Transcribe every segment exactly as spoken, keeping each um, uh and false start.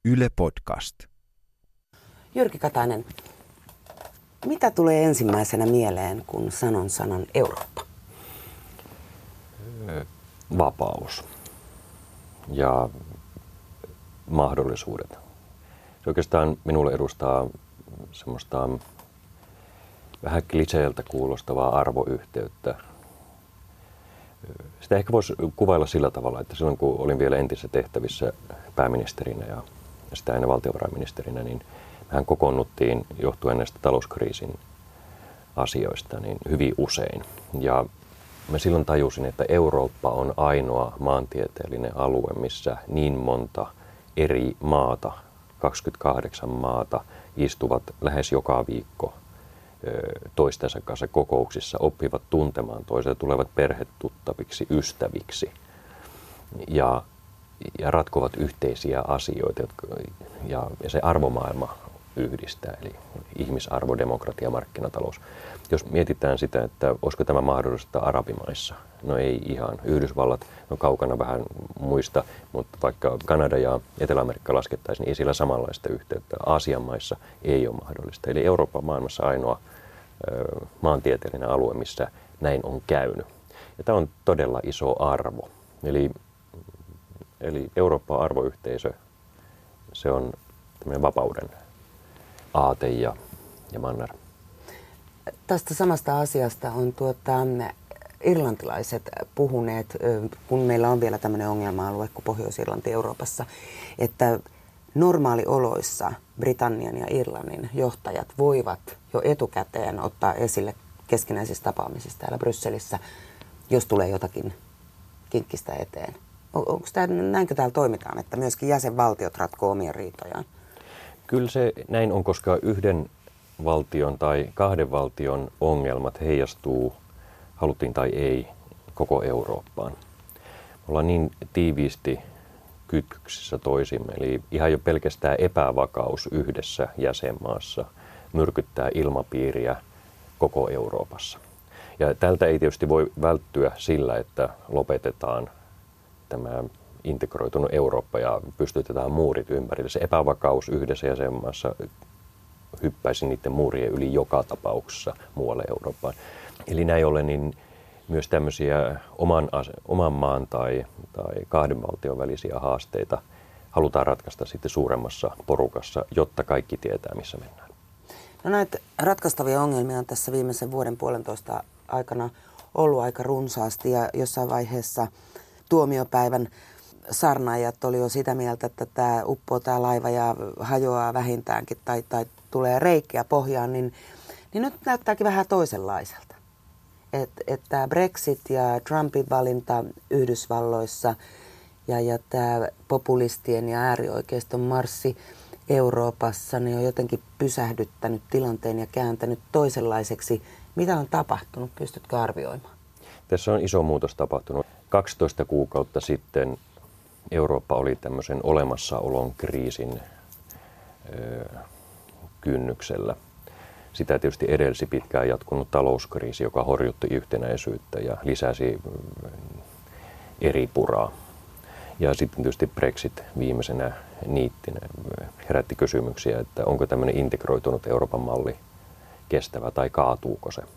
Yle Podcast. Jyrki Katainen, mitä tulee ensimmäisenä mieleen, kun sanon sanan Eurooppa? Vapaus ja mahdollisuudet. Se oikeastaan minulle edustaa semmoista vähän kliseeltä kuulostavaa arvoyhteyttä. Sitä ehkä voisi kuvailla sillä tavalla, että silloin kun olin vielä entisissä tehtävissä pääministerinä ja sitä ennen valtiovarainministerinä, niin mehän kokoonnuttiin johtuen näistä talouskriisin asioista niin hyvin usein. Ja mä silloin tajusin, että Eurooppa on ainoa maantieteellinen alue, missä niin monta eri maata, kaksikymmentäkahdeksan maata, istuvat lähes joka viikko toistensa kanssa kokouksissa, oppivat tuntemaan toisia, tulevat perhetuttaviksi, ystäviksi ja, ja ratkovat yhteisiä asioita, jotka, ja, ja se arvomaailma yhdistää, eli ihmisarvo, demokratia, markkinatalous. Jos mietitään sitä, että olisiko tämä mahdollista arabimaissa, no ei ihan. Yhdysvallat on kaukana vähän muista, mutta vaikka Kanada ja Etelä-Amerikka laskettaisiin, niin ei siellä samanlaista yhteyttä. Aasian maissa ei ole mahdollista. Eli Eurooppa on maailmassa ainoa ö, maantieteellinen alue, missä näin on käynyt. Ja tämä on todella iso arvo. Eli, eli Eurooppa on arvoyhteisö, se on tämmöinen vapauden aate ja, ja manner. Tästä samasta asiasta on tuota, irlantilaiset puhuneet, kun meillä on vielä tämmöinen ongelma-alue kuin Pohjois-Irlanti Euroopassa, että normaalioloissa Britannian ja Irlannin johtajat voivat jo etukäteen ottaa esille keskinäisissä tapaamisissa täällä Brysselissä, jos tulee jotakin kinkkistä eteen. Onko tämä, näinkö täällä toimitaan, että myöskin jäsenvaltiot ratkoo omia riitojaan? Kyllä se näin on, koska yhden valtion tai kahden valtion ongelmat heijastuu, haluttiin tai ei, koko Eurooppaan. Me ollaan niin tiiviisti kytköksissä toisimme, eli ihan jo pelkästään epävakaus yhdessä jäsenmaassa myrkyttää ilmapiiriä koko Euroopassa. Ja tältä ei tietysti voi välttyä sillä, että lopetetaan tämä integroitunut Eurooppa ja pystytetään muurit ympärille. Se epävakaus yhdessä jäsenmaassa hyppäisi niiden muurien yli joka tapauksessa muualle Eurooppaan. Eli näin ollen niin myös tämmöisiä oman, oman maan tai, tai kahden valtion välisiä haasteita halutaan ratkaista sitten suuremmassa porukassa, jotta kaikki tietää, missä mennään. No näitä ratkaistavia ongelmia on tässä viimeisen vuoden puolentoista aikana ollut aika runsaasti ja jossain vaiheessa tuomiopäivän sarnaajat oli jo sitä mieltä, että tämä uppoo tämä laiva ja hajoaa vähintäänkin tai, tai tulee reikiä pohjaan, niin, niin nyt näyttääkin vähän toisenlaiselta. Että et tämä Brexit ja Trumpin valinta Yhdysvalloissa ja, ja tämä populistien ja äärioikeiston marssi Euroopassa niin on jotenkin pysähdyttänyt tilanteen ja kääntänyt toisenlaiseksi. Mitä on tapahtunut? Pystytkö arvioimaan? Tässä on iso muutos tapahtunut. kaksitoista kuukautta sitten Eurooppa oli tämmöisen olemassaolon kriisin ö, kynnyksellä. Sitä tietysti edelsi pitkään jatkunut talouskriisi, joka horjutti yhtenäisyyttä ja lisäsi eripuraa. Ja sitten tietysti Brexit viimeisenä niittinä herätti kysymyksiä, että onko tämmöinen integroitunut Euroopan malli kestävä tai kaatuuko se.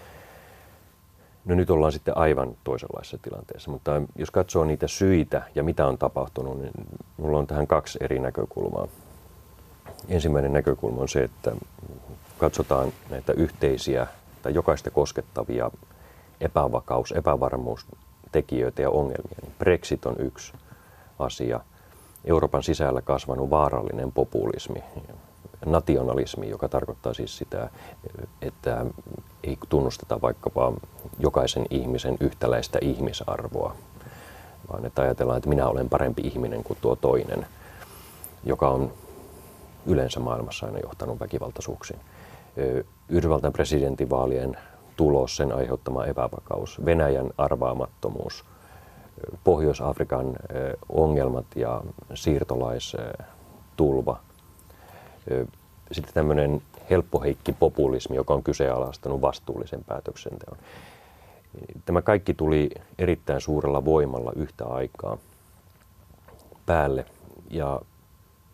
No nyt ollaan sitten aivan toisenlaisessa tilanteessa, mutta jos katsoo niitä syitä ja mitä on tapahtunut, niin minulla on tähän kaksi eri näkökulmaa. Ensimmäinen näkökulma on se, että katsotaan näitä yhteisiä tai jokaista koskettavia epävakaus, epävarmuustekijöitä ja ongelmia. Brexit on yksi asia. Euroopan sisällä kasvanut vaarallinen populismi, nationalismi, joka tarkoittaa siis sitä, että ei tunnusteta vaikkapa jokaisen ihmisen yhtäläistä ihmisarvoa, vaan että ajatellaan, että minä olen parempi ihminen kuin tuo toinen, joka on yleensä maailmassa aina johtanut väkivaltaisuuksiin. Yhdysvaltain presidentinvaalien tulos, sen aiheuttama epävakaus, Venäjän arvaamattomuus, Pohjois-Afrikan ongelmat ja siirtolaistulva. Sitten tämmöinen helppoheikki populismi, joka on kyseenalaistanut vastuullisen päätöksenteon. Tämä kaikki tuli erittäin suurella voimalla yhtä aikaa päälle ja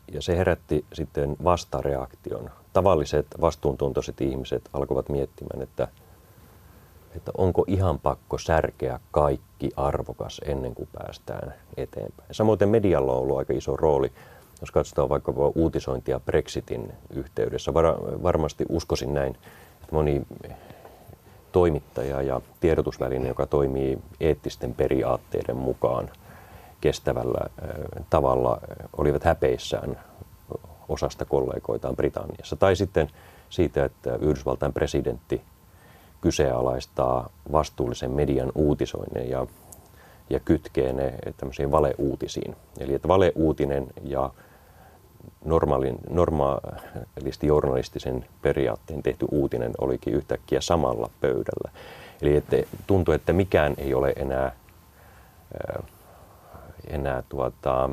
ja se herätti sitten vastareaktion. Tavalliset vastuuntuntoiset ihmiset alkoivat miettimään, että, että onko ihan pakko särkeä kaikki arvokas ennen kuin päästään eteenpäin. Samoin medialla on ollut aika iso rooli. Jos katsotaan vaikka uutisointia Brexitin yhteydessä, var- varmasti uskoisin näin, että moni toimittaja ja tiedotusväline, joka toimii eettisten periaatteiden mukaan kestävällä tavalla, olivat häpeissään osasta kollegoitaan Britanniassa. Tai sitten siitä, että Yhdysvaltain presidentti kyseenalaistaa vastuullisen median uutisoinnin ja, ja kytkee ne tämmöisiin valeuutisiin. Eli että valeuutinen ja normaalin, normaalisti journalistisen periaatteen tehty uutinen olikin yhtäkkiä samalla pöydällä. Eli että tuntui, että mikään ei ole enää, enää tuota,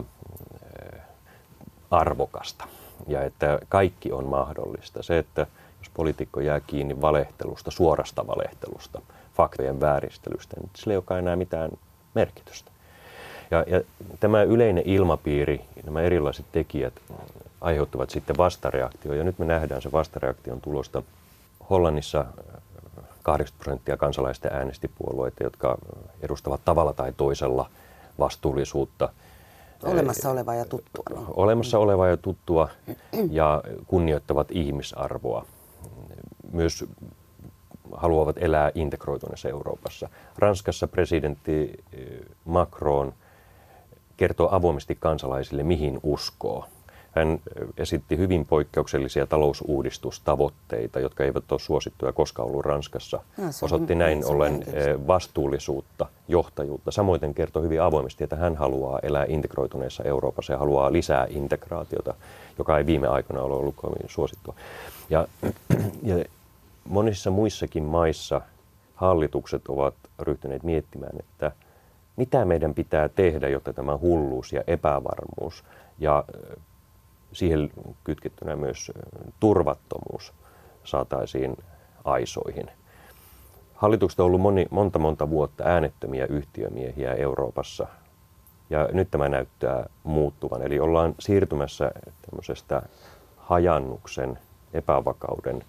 arvokasta ja että kaikki on mahdollista. Se, että jos poliitikko jää kiinni valehtelusta, suorasta valehtelusta, faktojen vääristelystä, niin sillä ei olekaan enää mitään merkitystä. Ja, ja tämä yleinen ilmapiiri, nämä erilaiset tekijät aiheuttavat sitten vastareaktio. Ja nyt me nähdään se vastareaktion tulosta. Hollannissa kahdeksankymmentä prosenttia kansalaista äänesti puolueita, jotka edustavat tavalla tai toisella vastuullisuutta. Olemassa olevaa ja tuttua. Niin. Olemassa olevaa ja tuttua ja kunnioittavat ihmisarvoa. Myös haluavat elää integroituneessa Euroopassa. Ranskassa presidentti Macron kertoo avoimesti kansalaisille, mihin uskoo. Hän esitti hyvin poikkeuksellisia talousuudistustavoitteita, jotka eivät ole suosittuja koskaan ollut Ranskassa. No, osoitti näin ollen vastuullisuutta, johtajuutta. Samoin kertoi hyvin avoimesti, että hän haluaa elää integroituneessa Euroopassa ja haluaa lisää integraatiota, joka ei viime aikoina ole ollut kovin suosittua. Ja, ja monissa muissakin maissa hallitukset ovat ryhtyneet miettimään, että mitä meidän pitää tehdä, jotta tämä hulluus ja epävarmuus ja siihen kytkettynä myös turvattomuus saataisiin aisoihin. Hallitukset on ollut moni, monta monta vuotta äänettömiä yhtiömiehiä Euroopassa ja nyt tämä näyttää muuttuvan. Eli ollaan siirtymässä tämmöisestä hajannuksen, epävakauden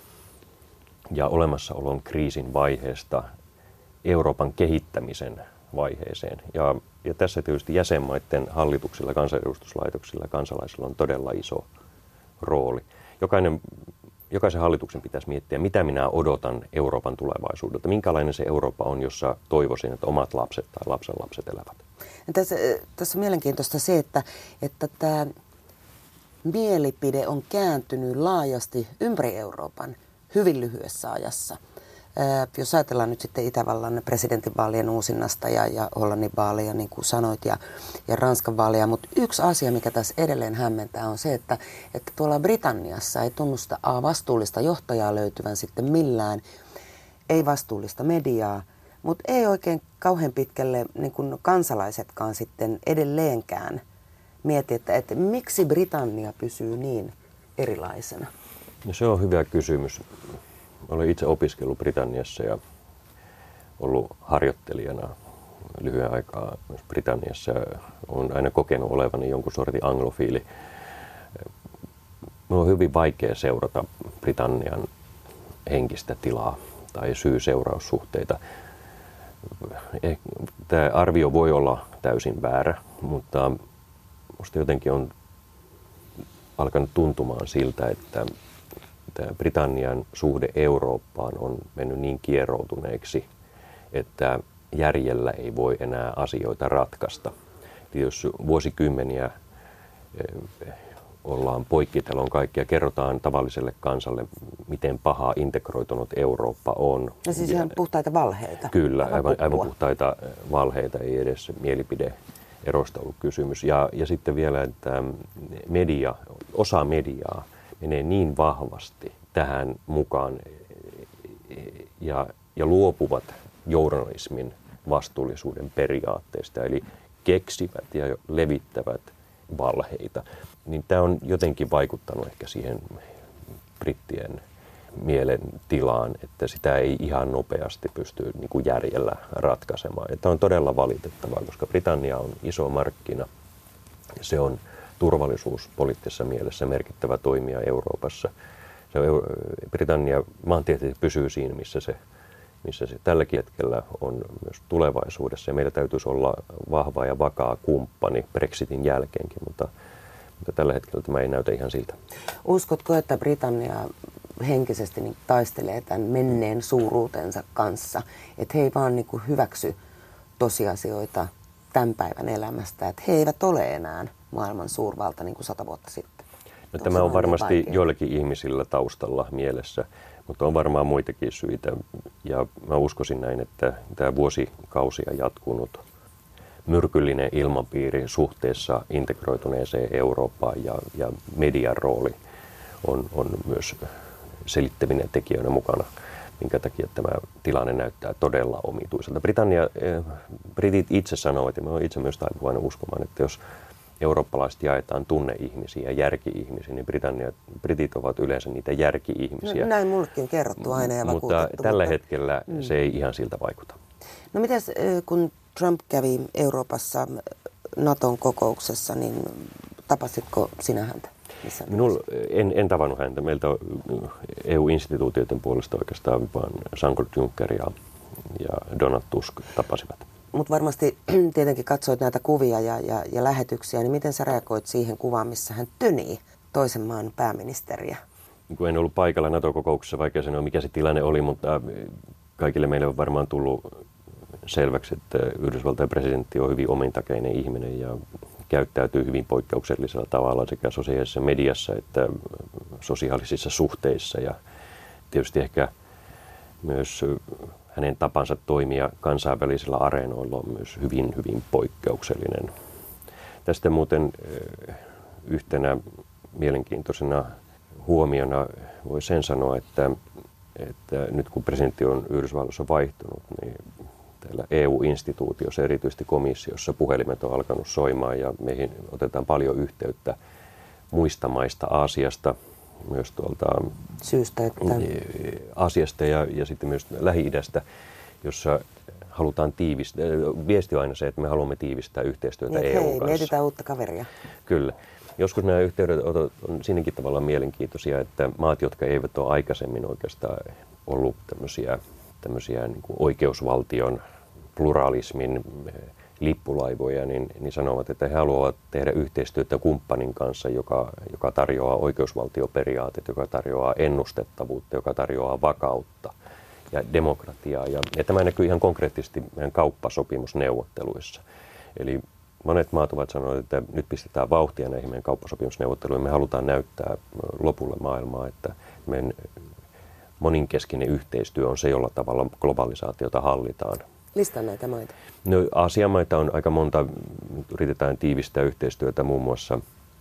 ja olemassaolon kriisin vaiheesta Euroopan kehittämisen vaiheeseen. Ja, ja tässä tietysti jäsenmaiden hallituksilla, kansanedustuslaitoksilla ja kansalaisilla on todella iso rooli. Jokainen, jokaisen hallituksen pitäisi miettiä, mitä minä odotan Euroopan tulevaisuudelta. Minkälainen se Eurooppa on, jossa toivoisin, että omat lapset tai lapsenlapset elävät. Tässä, tässä on mielenkiintoista se, että, että tämä mielipide on kääntynyt laajasti ympäri Euroopan hyvin lyhyessä ajassa. Ää, jos ajatellaan nyt sitten Itävallan presidentinvaalien uusinnasta ja, ja Hollannin vaaleja, niin kuin sanoit, ja, ja Ranskan vaaleja, mutta yksi asia, mikä tässä edelleen hämmentää, on se, että, että tuolla Britanniassa ei tunnusta a, vastuullista johtajaa löytyvän sitten millään, ei vastuullista mediaa, mutta ei oikein kauhean pitkälle niin kuin kansalaisetkaan sitten edelleenkään mieti, että, että miksi Britannia pysyy niin erilaisena. No se on hyvä kysymys. Olen itse opiskellut Britanniassa ja ollut harjoittelijana lyhyen aikaa myös Britanniassa. Olen aina kokenut olevani jonkun sortin anglofiili. Minun on hyvin vaikea seurata Britannian henkistä tilaa tai syy-seuraussuhteita. Tämä arvio voi olla täysin väärä, mutta minusta jotenkin on alkanut tuntumaan siltä, että tämä Britannian suhde Eurooppaan on mennyt niin kieroutuneeksi, että järjellä ei voi enää asioita ratkaista. Eli jos vuosikymmeniä ollaan poikkitelon kaikkia, kerrotaan tavalliselle kansalle, miten paha integroitunut Eurooppa on. Ja siis ihan puhtaita valheita. Kyllä, aivan, aivan puhtaita valheita, ei edes mielipide-erosta ollut kysymys. Ja, ja sitten vielä, että media, osa mediaa menee niin vahvasti tähän mukaan ja, ja luopuvat journalismin vastuullisuuden periaatteista, eli keksivät ja levittävät valheita. Niin tämä on jotenkin vaikuttanut ehkä siihen brittien mielentilaan, että sitä ei ihan nopeasti pysty niin kuin järjellä ratkaisemaan. Tämä on todella valitettavaa, koska Britannia on iso markkina. Se on turvallisuuspoliittisessa mielessä merkittävä toimija Euroopassa. Se Britannia maantieteellisesti pysyy siinä, missä se, missä se tälläkin hetkellä on myös tulevaisuudessa. Ja meillä täytyisi olla vahva ja vakaa kumppani Brexitin jälkeenkin, mutta, mutta tällä hetkellä tämä ei näytä ihan siltä. Uskotko, että Britannia henkisesti niin taistelee tämän menneen suuruutensa kanssa, että he ei vaan niin kuin hyväksy tosiasioita tämän päivän elämästä, että he eivät ole enää maailman suurvalta niin kuin sata vuotta sitten? No, tämä on varmasti joillakin ihmisillä taustalla mielessä, mutta on varmaan muitakin syitä. Ja mä uskoisin näin, että tämä vuosikausia jatkunut myrkyllinen ilmapiiri suhteessa integroituneeseen Eurooppaan ja, ja median rooli on, on myös selittävinen tekijöinä mukana, minkä takia tämä tilanne näyttää todella omituiselta. Britannia, eh, britit itse sanovat, ja mä olen itse myös taipuvainen uskomaan, että jos eurooppalaiset jaetaan tunneihmisiä ja järki-ihmisiä, niin Britannia, britit ovat yleensä niitä järki-ihmisiä. No, näin mullekin kerrottu aina ja Mutta vakuutettu. tällä mutta... hetkellä mm. se ei ihan siltä vaikuta. No mitäs, kun Trump kävi Euroopassa Naton kokouksessa, niin tapasitko sinä häntä? Minul, en, en tavannut häntä. Meiltä E U-instituutioiden puolesta oikeastaan vaan Jean-Claude Juncker ja, ja Donald Tusk tapasivat. Mutta varmasti tietenkin katsoit näitä kuvia ja, ja, ja lähetyksiä, niin miten sä reagoit siihen kuvaan, missä hän tönii toisen maan pääministeriä? Kun en ollut paikalla NATO-kokouksessa, vaikea sanoa mikä se tilanne oli, mutta kaikille meille on varmaan tullut selväksi, että Yhdysvaltain presidentti on hyvin omintakeinen ihminen ja käyttäytyy hyvin poikkeuksellisella tavalla sekä sosiaalisessa mediassa että sosiaalisissa suhteissa. Ja tietysti ehkä myös hänen tapansa toimia kansainvälisillä areenoilla on myös hyvin, hyvin poikkeuksellinen. Tästä muuten yhtenä mielenkiintoisena huomiona voi sen sanoa, että, että nyt kun presidentti on Yhdysvalloissa vaihtunut, niin täällä E U-instituutiossa, erityisesti komissiossa, puhelimet on alkanut soimaan ja meihin otetaan paljon yhteyttä muista maista, Aasiasta, myös tuolta syystä, että Aasiasta ja, ja sitten myös Lähi-idästä, jossa halutaan tiivistää. Viesti on aina se, että me haluamme tiivistää yhteistyötä niin, E U:n hei, kanssa. Mietitään uutta kaveria. Kyllä. Joskus nämä yhteydet on siinäkin tavalla mielenkiintoisia, että maat, jotka eivät ole aikaisemmin oikeastaan ollut tämmöisiä, tämmöisiä niin kuin oikeusvaltion, pluralismin lippulaivoja, niin, niin sanovat, että he haluavat tehdä yhteistyötä kumppanin kanssa, joka, joka tarjoaa oikeusvaltioperiaatet, joka tarjoaa ennustettavuutta, joka tarjoaa vakautta ja demokratiaa. Ja, ja tämä näkyy ihan konkreettisesti meidän kauppasopimusneuvotteluissa. Eli monet maat ovat sanoneet, että nyt pistetään vauhtia näihin meidän kauppasopimusneuvotteluihin. Me halutaan näyttää lopulle maailmaa, että meidän moninkeskinen yhteistyö on se, jolla tavalla globalisaatiota hallitaan. Listaa näitä maita. No, Aasian maita on aika monta. Yritetään tiivistää yhteistyötä muun muassa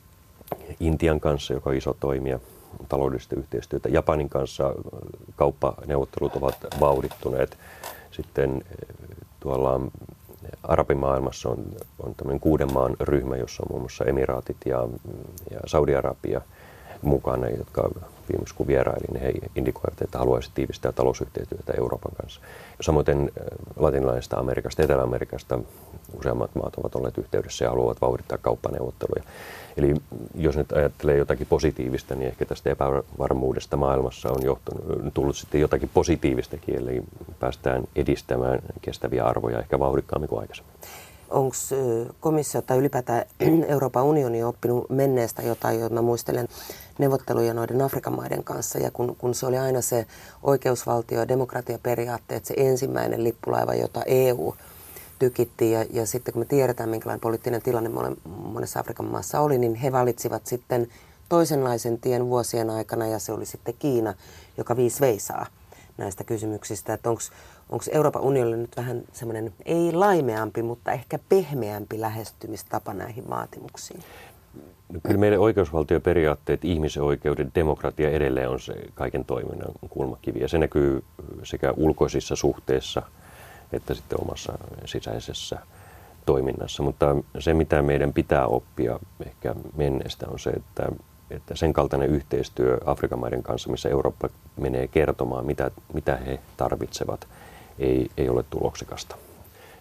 Intian kanssa, joka on iso toimija, taloudellista yhteistyötä. Japanin kanssa kauppaneuvottelut ovat vauhdittuneet. Sitten tuolla arabimaailmassa on, on tämmöinen kuuden maan ryhmä, jossa on muun muassa Emiraatit ja, ja Saudi-Arabia mukana, jotka viimeksi kun vierailin, niin he indikoivat, että haluaisivat tiivistää talousyhteistyötä Euroopan kanssa. Samoin latinalaisesta Amerikasta, Etelä-Amerikasta useammat maat ovat olleet yhteydessä ja haluavat vauhdittaa kauppaneuvotteluja. Eli jos nyt ajattelee jotakin positiivista, niin ehkä tästä epävarmuudesta maailmassa on johtunut, tullut sitten jotakin positiivistakin, eli päästään edistämään kestäviä arvoja ehkä vauhdikkaammin kuin aikaisemmin. Onko komissio tai ylipäätään Euroopan unioni oppinut menneestä jotain, jota mä muistelen neuvotteluja noiden Afrikan maiden kanssa, ja kun, kun se oli aina se oikeusvaltio- ja demokratiaperiaatteet, se ensimmäinen lippulaiva, jota E U tykittiin, ja, ja sitten kun me tiedetään, minkälainen poliittinen tilanne monessa Afrikan maassa oli, niin he valitsivat sitten toisenlaisen tien vuosien aikana, ja se oli sitten Kiina, joka viis veisaa näistä kysymyksistä, että onko Onko Euroopan unionilla nyt vähän semmoinen, ei laimeampi, mutta ehkä pehmeämpi lähestymistapa näihin vaatimuksiin? No, kyllä meidän oikeusvaltioperiaatteet, ihmisoikeudet, demokratia edelleen on se kaiken toiminnan kulmakivi. Ja se näkyy sekä ulkoisissa suhteissa että sitten omassa sisäisessä toiminnassa. Mutta se, mitä meidän pitää oppia ehkä menneestä, on se, että että sen kaltainen yhteistyö Afrikan maiden kanssa, missä Eurooppa menee kertomaan, mitä, mitä he tarvitsevat, ei, ei ole tuloksekasta.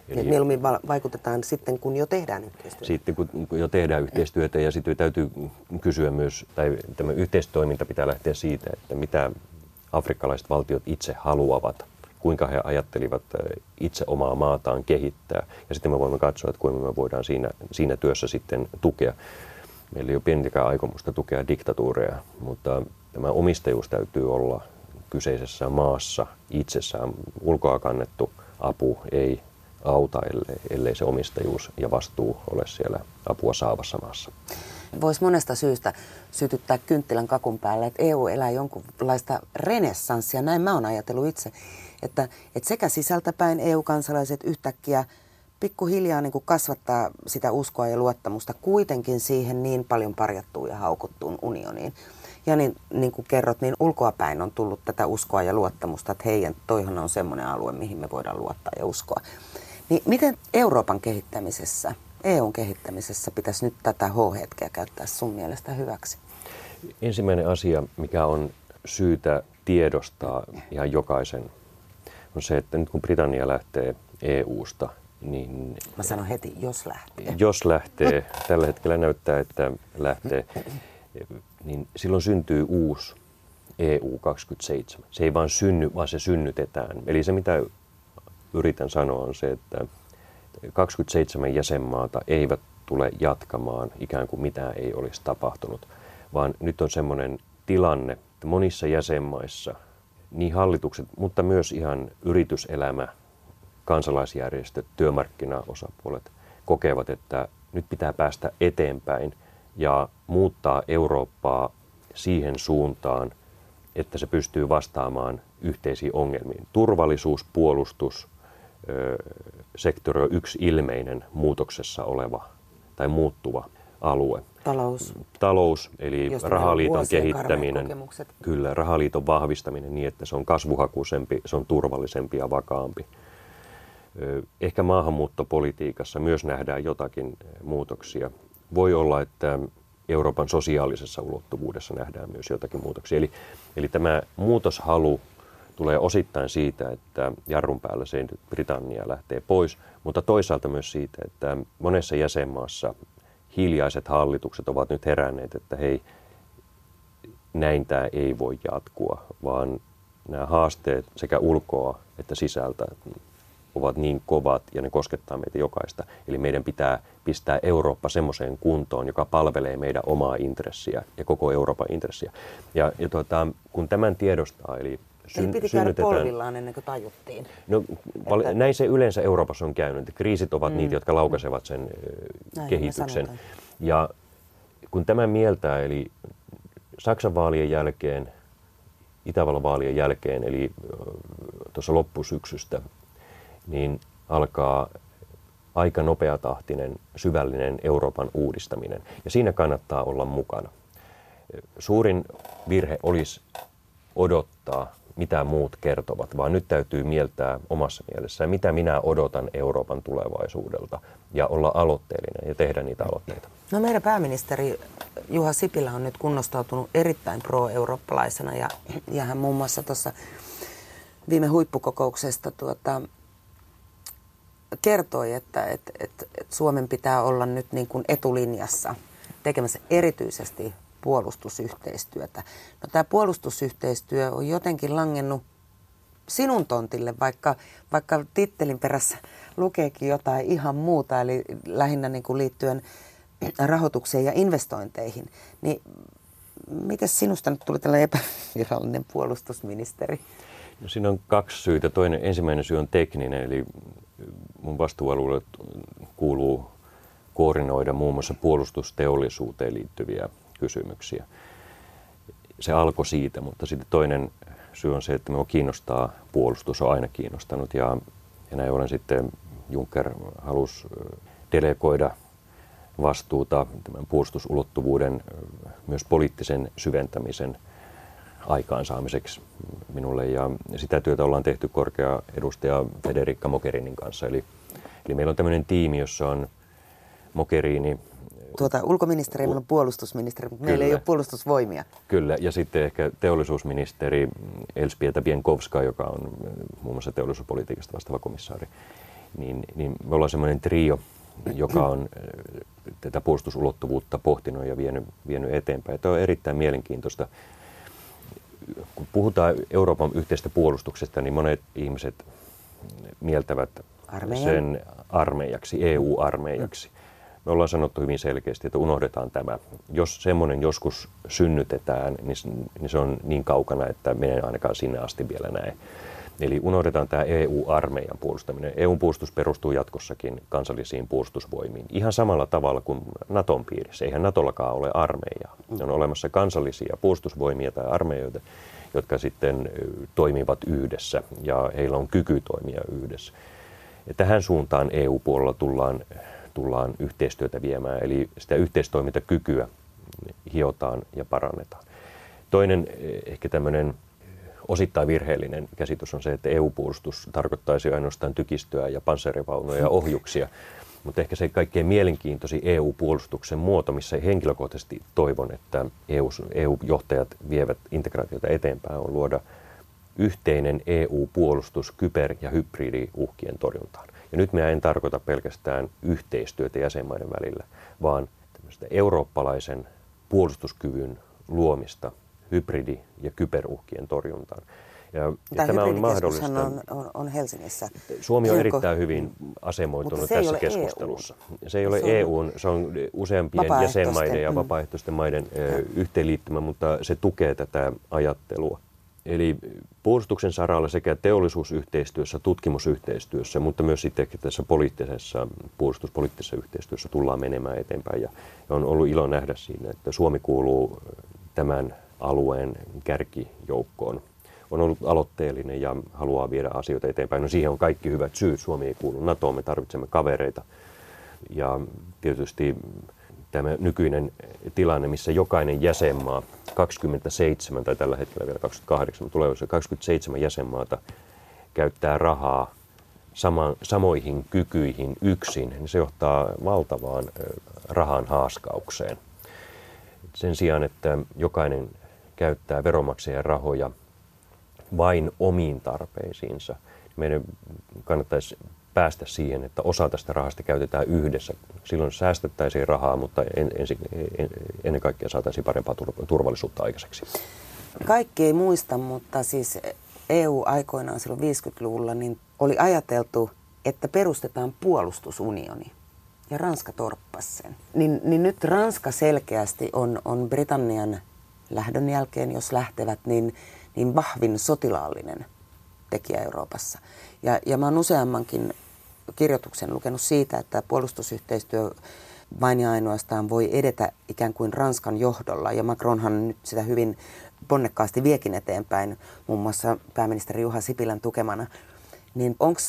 Eli mieluummin vaikutetaan sitten, kun jo tehdään yhteistyötä. Sitten, kun jo tehdään yhteistyötä ja sitten täytyy kysyä myös, tai tämä yhteistoiminta pitää lähteä siitä, että mitä afrikkalaiset valtiot itse haluavat, kuinka he ajattelivat itse omaa maataan kehittää. Ja sitten me voimme katsoa, että kuinka me voidaan siinä, siinä työssä sitten tukea. Meillä ei ole pienikään aikomusta tukea diktatuureja, mutta tämä omistajuus täytyy olla kyseisessä maassa itsessään. Ulkoa kannettu apu ei auta, ellei, ellei se omistajuus ja vastuu ole siellä apua saavassa maassa. Voisi monesta syystä sytyttää kynttilän kakun päälle, että E U elää jonkunlaista renessanssia. Näin mä oon ajatellut itse, että, että sekä sisältäpäin E U-kansalaiset yhtäkkiä pikkuhiljaa niin kuin kasvattaa sitä uskoa ja luottamusta kuitenkin siihen niin paljon parjattuun ja haukuttuun unioniin. Ja niin, niin kuin kerrot, niin ulkoapäin on tullut tätä uskoa ja luottamusta, että hei, toihan on semmoinen alue, mihin me voidaan luottaa ja uskoa. Niin miten Euroopan kehittämisessä, E U:n kehittämisessä pitäisi nyt tätä H-hetkeä käyttää sun mielestä hyväksi? Ensimmäinen asia, mikä on syytä tiedostaa ihan jokaisen, on se, että nyt kun Britannia lähtee E U:sta, niin... Mä sanon heti, jos lähtee. Jos lähtee, tällä hetkellä näyttää, että lähtee, niin silloin syntyy uusi E U kaksikymmentäseitsemän. Se ei vaan synny, vaan se synnytetään. Eli se, mitä yritän sanoa, on se, että kaksikymmentäseitsemän jäsenmaata eivät tule jatkamaan ikään kuin mitään ei olisi tapahtunut, vaan nyt on semmoinen tilanne, että monissa jäsenmaissa niin hallitukset, mutta myös ihan yrityselämä, kansalaisjärjestöt, työmarkkinaosapuolet kokevat, että nyt pitää päästä eteenpäin ja muuttaa Eurooppaa siihen suuntaan, että se pystyy vastaamaan yhteisiin ongelmiin. Turvallisuus, puolustus, sektori on yksi ilmeinen muutoksessa oleva tai muuttuva alue. Talous. Talous, eli rahaliiton kehittäminen. Kyllä, rahaliiton vahvistaminen niin, että se on kasvuhakuisempi, se on turvallisempi ja vakaampi. Ehkä maahanmuuttopolitiikassa myös nähdään jotakin muutoksia. Voi olla, että Euroopan sosiaalisessa ulottuvuudessa nähdään myös jotakin muutoksia. Eli, eli tämä muutoshalu tulee osittain siitä, että jarrun päällä se Britannia lähtee pois, mutta toisaalta myös siitä, että monessa jäsenmaassa hiljaiset hallitukset ovat nyt heränneet, että hei, näin tämä ei voi jatkua, vaan nämä haasteet sekä ulkoa että sisältä ovat niin kovat ja ne koskettaa meitä jokaista. Eli meidän pitää pistää Eurooppa semmoiseen kuntoon, joka palvelee meidän omaa intressiä ja koko Euroopan intressiä. Ja, ja tuota, kun tämän tiedostaa, eli Syn, Eli piti käydä polvillaan ennen kuin tajuttiin. No, että... Näin se yleensä Euroopassa on käynyt. Kriisit ovat mm. niitä, jotka laukaisevat sen näin kehityksen. Ja kun tämän mieltää, eli Saksan vaalien jälkeen, Itävallan vaalien jälkeen, eli tuossa loppusyksystä, niin alkaa aika nopeatahtinen, syvällinen Euroopan uudistaminen. Ja siinä kannattaa olla mukana. Suurin virhe olisi odottaa, mitä muut kertovat, vaan nyt täytyy mieltää omassa mielessään, mitä minä odotan Euroopan tulevaisuudelta ja olla aloitteellinen ja tehdä niitä aloitteita. No meidän pääministeri Juha Sipilä on nyt kunnostautunut erittäin pro-eurooppalaisena ja, ja hän muun muassa tuossa viime huippukokouksesta tuota, kertoi, että et, et, et Suomen pitää olla nyt niin kuin etulinjassa tekemässä erityisesti puolustusyhteistyötä. No tämä puolustusyhteistyö on jotenkin langennut sinun tontille, vaikka, vaikka tittelin perässä lukeekin jotain ihan muuta, eli lähinnä niin kuin liittyen rahoitukseen ja investointeihin. Niin miten sinusta nyt tuli tällainen epävirallinen puolustusministeri? No, siinä on kaksi syytä. Toinen, ensimmäinen syy on tekninen, eli mun vastuualueelle kuuluu koordinoida muun muassa puolustusteollisuuteen liittyviä kysymyksiä. Se alkoi siitä, mutta sitten toinen syy on se, että minua kiinnostaa puolustus, on aina kiinnostanut ja, ja näin ollen sitten Juncker halusi delegoida vastuuta tämän puolustusulottuvuuden myös poliittisen syventämisen aikaansaamiseksi minulle ja sitä työtä ollaan tehty korkea edustaja Federica Mogherinin kanssa. Eli, eli meillä on tämmöinen tiimi, jossa on Mogherini. Tuota, ulkoministeri on puolustusministeri, mutta meillä ei ole puolustusvoimia. Kyllä, ja sitten ehkä teollisuusministeri Elżbieta Bienkowska, joka on muun muassa teollisuuspolitiikasta vastaava komissaari. niin, niin me ollaan semmoinen trio, joka on tätä puolustusulottuvuutta pohtinut ja vienyt, vienyt eteenpäin. Tämä on erittäin mielenkiintoista. Kun puhutaan Euroopan yhteisestä puolustuksesta, niin monet ihmiset mieltävät Armeijan. sen armeijaksi, E U-armeijaksi. Me ollaan sanottu hyvin selkeästi, että unohdetaan tämä. Jos semmoinen joskus synnytetään, niin, niin se on niin kaukana, että me ei ainakaan sinne asti vielä näe. Eli unohdetaan tämä E U-armeijan puolustaminen. E U-puolustus perustuu jatkossakin kansallisiin puolustusvoimiin. Ihan samalla tavalla kuin Naton piirissä. Eihän Natollakaan ole armeijaa. On olemassa kansallisia puolustusvoimia tai armeijoita, jotka sitten toimivat yhdessä ja heillä on kyky toimia yhdessä. Ja tähän suuntaan E U-puolella tullaan, tullaan yhteistyötä viemään, eli sitä yhteistoimintakykyä hiotaan ja parannetaan. Toinen ehkä tämmöinen osittain virheellinen käsitys on se, että E U-puolustus tarkoittaisi ainoastaan tykistöä ja panssarivaunuja ja ohjuksia, mutta ehkä se kaikkein mielenkiintoisin E U-puolustuksen muoto, missä henkilökohtaisesti toivon, että E U-johtajat vievät integraatiota eteenpäin, on luoda yhteinen E U-puolustus kyber- ja hybridiuhkien torjuntaan. Ja nyt minä en tarkoita pelkästään yhteistyötä jäsenmaiden välillä, vaan tämmöistä eurooppalaisen puolustuskyvyn luomista hybridi- ja kyberuhkien torjuntaan. Ja, ja tämä on mahdollista. On, on, on Helsingissä. Suomi on Onko? erittäin hyvin asemoitunut tässä keskustelussa. E U. Se ei ole se E U:n, se on useampien jäsenmaiden ja vapaaehtoisten maiden mm. yhteenliittymä, mutta se tukee tätä ajattelua. Eli puolustuksen saralla sekä teollisuusyhteistyössä, tutkimusyhteistyössä, mutta myös sitten tässä poliittisessa, puolustuspoliittisessa yhteistyössä tullaan menemään eteenpäin. Ja on ollut ilo nähdä siinä, että Suomi kuuluu tämän alueen kärkijoukkoon. On ollut aloitteellinen ja haluaa viedä asioita eteenpäin. No siihen on kaikki hyvät syyt. Suomi ei kuulu NATOon, me tarvitsemme kavereita. Ja tietysti tämä nykyinen tilanne, missä jokainen jäsenmaa, kaksikymmentäseitsemän tai tällä hetkellä vielä kaksikymmentäkahdeksan, tulevaisuudessa kaksikymmentäseitsemän jäsenmaata käyttää rahaa sama, samoihin kykyihin yksin, niin se johtaa valtavaan rahan haaskaukseen. Sen sijaan, että jokainen käyttää veronmaksajien rahoja vain omiin tarpeisiinsa, meidän kannattaisi päästä siihen, että osa tästä rahasta käytetään yhdessä. Silloin säästettäisiin rahaa, mutta en, en, en, ennen kaikkea saataisiin parempaa turvallisuutta aikaiseksi. Kaikki ei muista, mutta siis E U aikoinaan silloin viisikymmentäluvulla niin oli ajateltu, että perustetaan puolustusunioni. Ja Ranska torppasi sen. Niin, niin nyt Ranska selkeästi on, on Britannian lähdön jälkeen, jos lähtevät, niin, niin vahvin sotilaallinen tekijä Euroopassa. Ja, ja mä oon useammankin kirjoituksen lukenut siitä, että puolustusyhteistyö vain ja ainoastaan voi edetä ikään kuin Ranskan johdolla. Ja Macronhan nyt sitä hyvin ponnekkaasti viekin eteenpäin, muun muassa pääministeri Juha Sipilän tukemana. Niin onko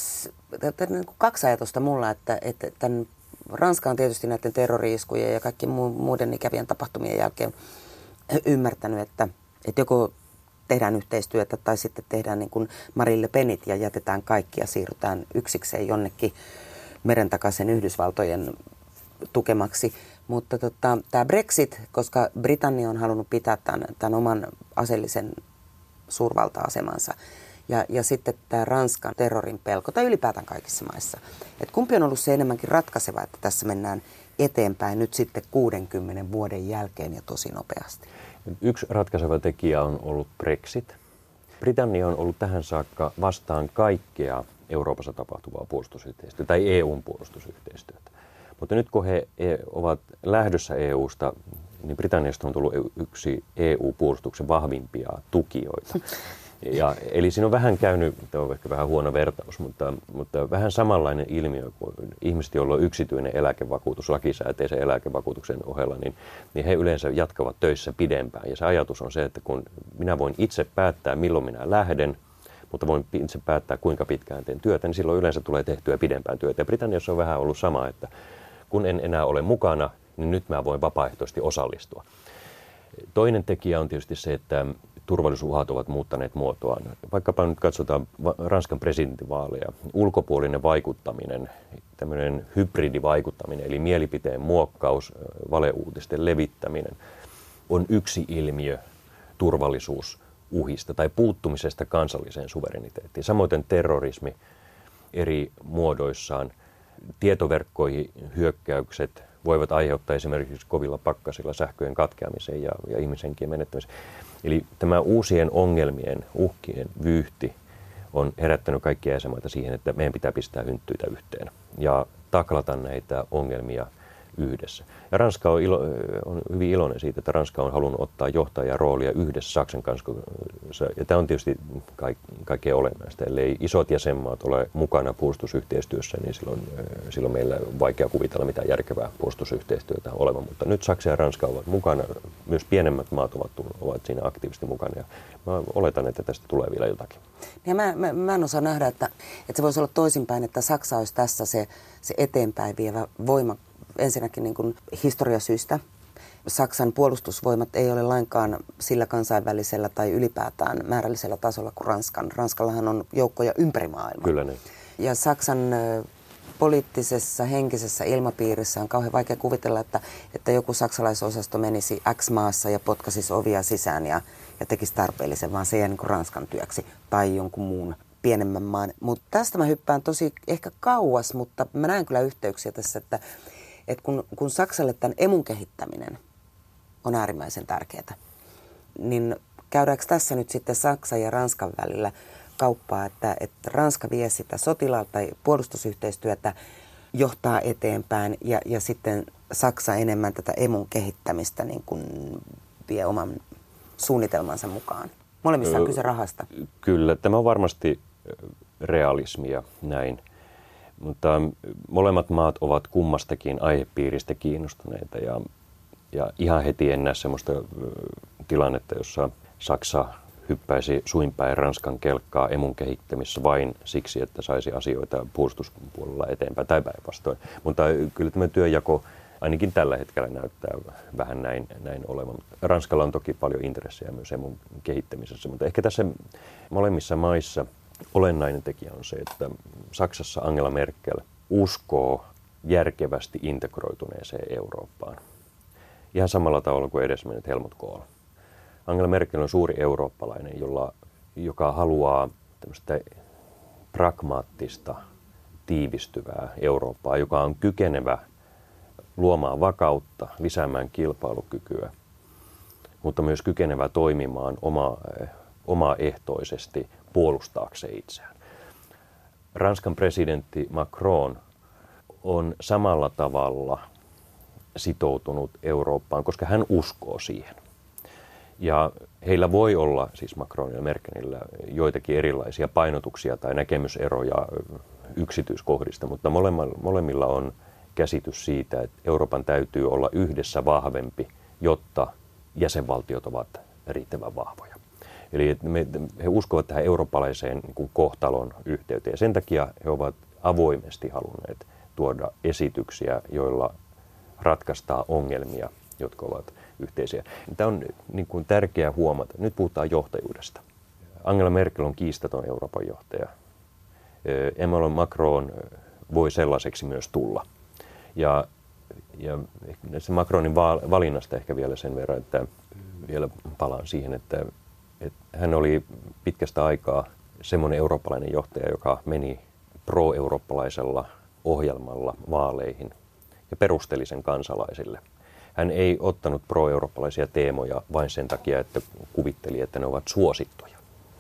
kaksi ajatusta mulla, että, että tämän Ranska on tietysti näiden terrori-iskujen ja kaikki muiden ikävien tapahtumien jälkeen ymmärtänyt, että, että joko tehdään yhteistyötä tai sitten tehdään niin kuin Marine Le Penit ja jätetään kaikki ja siirrytään yksikseen jonnekin merentakaisen Yhdysvaltojen tukemaksi. Mutta tota, tämä Brexit, koska Britannia on halunnut pitää tämän, tämän oman aseellisen suurvalta-asemansa ja, ja sitten tämä Ranskan terrorin pelko tai ylipäätään kaikissa maissa. Et kumpi on ollut se enemmänkin ratkaiseva, että tässä mennään eteenpäin nyt sitten kuudenkymmenen vuoden jälkeen ja tosi nopeasti? Yksi ratkaiseva tekijä on ollut Brexit. Britannia on ollut tähän saakka vastaan kaikkea Euroopassa tapahtuvaa puolustusyhteistyötä tai E U:n puolustusyhteistyötä. Mutta nyt kun he ovat lähdössä E U:sta, niin Britanniasta on tullut yksi E U-puolustuksen vahvimpia tukijoita. Ja, eli siinä on vähän käynyt, tämä on ehkä vähän huono vertaus, mutta, mutta vähän samanlainen ilmiö kuin ihmiset, joilla on yksityinen eläkevakuutus lakisääteisen eläkevakuutuksen ohella, niin, niin he yleensä jatkavat töissä pidempään. Ja se ajatus on se, että kun minä voin itse päättää, milloin minä lähden, mutta voin itse päättää, kuinka pitkään teen työtä, niin silloin yleensä tulee tehtyä pidempään työtä. Ja Britanniassa on vähän ollut sama, että kun en enää ole mukana, niin nyt mä voin vapaaehtoisesti osallistua. Toinen tekijä on tietysti se, että turvallisuusuhat ovat muuttaneet muotoaan. Vaikkapa nyt katsotaan Ranskan presidentinvaaleja, ulkopuolinen vaikuttaminen, tämmöinen hybridivaikuttaminen, eli mielipiteen muokkaus, valeuutisten levittäminen, on yksi ilmiö turvallisuusuhista tai puuttumisesta kansalliseen suvereniteettiin. Samoin terrorismi eri muodoissaan. Tietoverkkoihin hyökkäykset voivat aiheuttaa esimerkiksi kovilla pakkasilla sähköjen katkeamisen ja, ja ihmishenkien menettämisen. Eli tämä uusien ongelmien, uhkien vyyhti on herättänyt kaikkia jäsenmaita siihen, että meidän pitää pistää hynttyytä yhteen ja taklata näitä ongelmia yhdessä. Ja Ranska on, ilo, on hyvin iloinen siitä, että Ranska on halunnut ottaa johtajan roolia yhdessä Saksan kanssa. Ja tämä on tietysti kaik, kaikkein olennaista. Ellei isot jäsenmaat ole mukana puolustusyhteistyössä, niin silloin, silloin meillä on vaikea kuvitella mitään järkevää puolustusyhteistyötä olevan. Mutta nyt Saksa ja Ranska ovat mukana. Myös pienemmät maat ovat, ovat siinä aktiivisesti mukana. Ja mä oletan, että tästä tulee vielä jotakin. Ja mä, mä, mä en osaa nähdä, että, että se voisi olla toisinpäin, että Saksa olisi tässä se, se eteenpäin vievä voima. Ensinnäkin niin kuin historiasyistä. Saksan puolustusvoimat ei ole lainkaan sillä kansainvälisellä tai ylipäätään määrällisellä tasolla kuin Ranskan. Ranskallahan on joukkoja ympäri maailmaa. Kyllä niin. Ja Saksan poliittisessa, henkisessä ilmapiirissä on kauhean vaikea kuvitella, että, että joku saksalaisosasto menisi X-maassa ja potkaisisi ovia sisään ja, ja tekisi tarpeellisen, vaan se jää niin kuin Ranskan työksi tai jonkun muun pienemmän maan. Mutta tästä mä hyppään tosi ehkä kauas, mutta mä näen kyllä yhteyksiä tässä, että että kun, kun Saksalle tämän emun kehittäminen on äärimmäisen tärkeää, niin käydäänkö tässä nyt sitten Saksan ja Ranskan välillä kauppaa, että, että Ranska vie sitä sotilaal- tai puolustusyhteistyötä, johtaa eteenpäin ja, ja sitten Saksa enemmän tätä emun kehittämistä niin kuin vie oman suunnitelmansa mukaan. Molemmissa on kyse rahasta. Kyllä, tämä on varmasti realismia näin. Mutta molemmat maat ovat kummastakin aihepiiristä kiinnostuneita ja, ja ihan heti en näe sellaista tilannetta, jossa Saksa hyppäisi suinpäin Ranskan kelkkaa emun kehittämisessä vain siksi, että saisi asioita puolustuspuolella eteenpäin tai päinvastoin. Mutta kyllä tämä työnjako ainakin tällä hetkellä näyttää vähän näin, näin olevan. Ranskalla on toki paljon intressejä myös emun kehittämisessä, mutta ehkä tässä molemmissa maissa olennainen tekijä on se, että Saksassa Angela Merkel uskoo järkevästi integroituneeseen Eurooppaan. Ihan samalla tavalla kuin edesmennyt Helmut Kohl. Angela Merkel on suuri eurooppalainen, jolla, joka haluaa tämmöistä pragmaattista, tiivistyvää Eurooppaa, joka on kykenevä luomaan vakautta, lisäämään kilpailukykyä, mutta myös kykenevä toimimaan oma, omaehtoisesti puolustaakseen itseään. Ranskan presidentti Macron on samalla tavalla sitoutunut Eurooppaan, koska hän uskoo siihen. Ja heillä voi olla, siis Macronilla ja Merkelillä, joitakin erilaisia painotuksia tai näkemyseroja yksityiskohdista, mutta molemmilla on käsitys siitä, että Euroopan täytyy olla yhdessä vahvempi, jotta jäsenvaltiot ovat riittävän vahvoja. Eli me, he uskovat tähän eurooppalaiseen niin kuin kohtalon yhteyteen. Sen takia he ovat avoimesti halunneet tuoda esityksiä, joilla ratkaistaan ongelmia, jotka ovat yhteisiä. Tämä on niin kuin tärkeää huomata. Nyt puhutaan johtajuudesta. Angela Merkel on kiistaton Euroopan johtaja. Emmanuel Macron voi sellaiseksi myös tulla. Ja, ja se Macronin valinnasta ehkä vielä sen verran, että vielä palaan siihen, että, että hän oli pitkästä aikaa semmoinen eurooppalainen johtaja, joka meni pro-eurooppalaisella ohjelmalla vaaleihin ja perusteli sen kansalaisille. Hän ei ottanut pro-eurooppalaisia teemoja vain sen takia, että kuvitteli, että ne ovat suosittuja,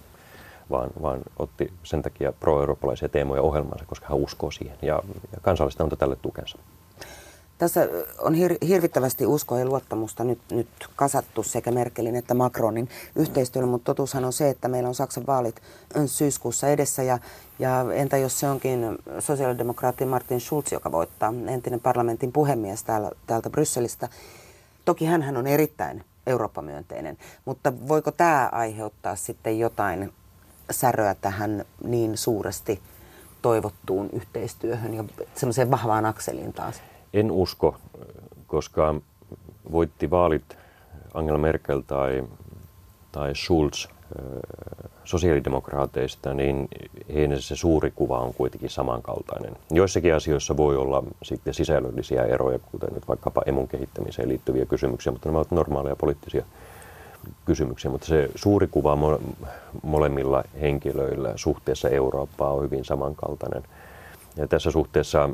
vaan, vaan otti sen takia pro-eurooppalaisia teemoja ohjelmaansa, koska hän uskoo siihen ja, ja kansalaiset antoi tälle tukensa. Tässä on hir- hirvittävästi uskoa ja luottamusta nyt, nyt kasattu sekä Merkelin että Macronin yhteistyöllä, mutta totuushan on se, että meillä on Saksan vaalit syyskuussa edessä ja, ja entä jos se onkin sosiaalidemokraatti Martin Schulz, joka voittaa, entinen parlamentin puhemies täällä, täältä Brysselistä. Toki hänhän on erittäin Eurooppa-myönteinen, mutta voiko tämä aiheuttaa sitten jotain säröä tähän niin suuresti toivottuun yhteistyöhön ja semmoiseen vahvaan akseliin taas? En usko, koska voitti vaalit Angela Merkel tai, tai Schulz sosiaalidemokraateista, niin heidän se suuri kuva on kuitenkin samankaltainen. Joissakin asioissa voi olla sitten sisällöllisiä eroja, kuten nyt vaikkapa emun kehittämiseen liittyviä kysymyksiä, mutta nämä ovat normaaleja poliittisia, kysymyksiä, mutta se suuri kuva molemmilla henkilöillä suhteessa Eurooppaan on hyvin samankaltainen. Ja tässä suhteessa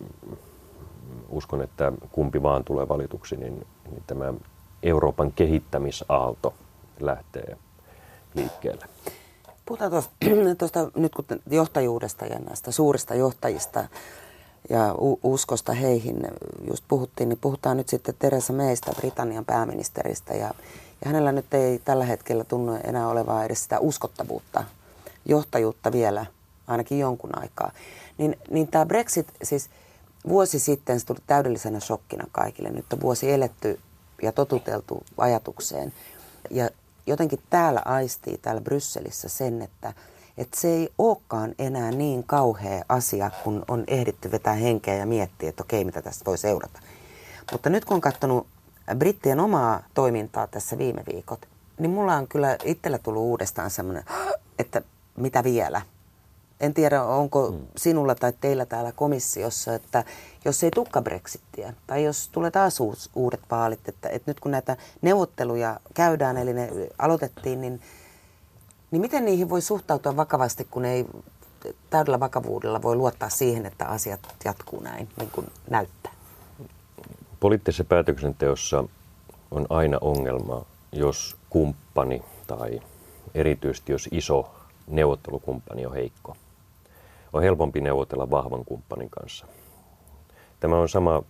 uskon, että kumpi vaan tulee valituksi, niin, niin tämä Euroopan kehittämisaalto lähtee liikkeelle. Puhutaan tuosta nyt kun johtajuudesta ja näistä suurista johtajista ja uskosta heihin just puhuttiin, niin puhutaan nyt sitten Theresa Maysta, Britannian pääministeristä. Ja, ja hänellä nyt ei tällä hetkellä tunnu enää olevaa edes sitä uskottavuutta, johtajuutta vielä, ainakin jonkun aikaa. Niin, niin tämä Brexit, siis vuosi sitten se tuli täydellisenä shokkina kaikille. Nyt on vuosi eletty ja totuteltu ajatukseen. Ja jotenkin täällä aistii, täällä Brysselissä sen, että, että se ei olekaan enää niin kauhea asia, kun on ehditty vetää henkeä ja miettiä, että okei, mitä tästä voi seurata. Mutta nyt kun on katsonut brittien omaa toimintaa tässä viime viikot, niin mulla on kyllä itsellä tullut uudestaan semmoinen, että mitä vielä? En tiedä, onko sinulla tai teillä täällä komissiossa, että jos ei tukka Brexittiä tai jos tulee taas uudet vaalit, että, että nyt kun näitä neuvotteluja käydään, eli ne aloitettiin, niin, niin miten niihin voi suhtautua vakavasti, kun ei täydellä vakavuudella voi luottaa siihen, että asiat jatkuu näin, niin kuin näyttää? Poliittisessa päätöksenteossa on aina ongelma, jos kumppani tai erityisesti jos iso neuvottelukumppani on heikko. On helpompi neuvotella vahvan kumppanin kanssa. Tämä, on sama,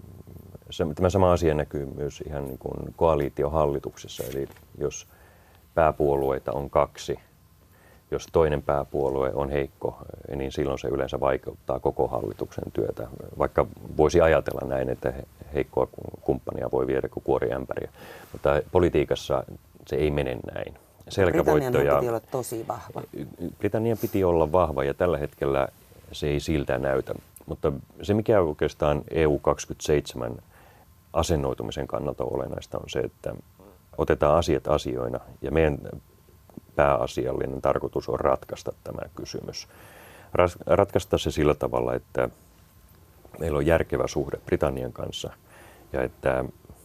tämä sama asia näkyy myös ihan niin kuin koalitiohallituksessa, eli jos pääpuolueita on kaksi, jos toinen pääpuolue on heikko, niin silloin se yleensä vaikeuttaa koko hallituksen työtä. Vaikka voisi ajatella näin, että heikkoa kumppania voi viedä kuin kuoriämpäriä, mutta politiikassa se ei mene näin. Britannian piti olla tosi vahva. Britannian piti olla vahva ja tällä hetkellä se ei siltä näytä. Mutta se, mikä oikeastaan E U kaksikymmentäseitsemän asennoitumisen kannalta olennaista on se, että otetaan asiat asioina ja meidän pääasiallinen tarkoitus on ratkaista tämä kysymys. Ratkaista se sillä tavalla, että meillä on järkevä suhde Britannian kanssa ja että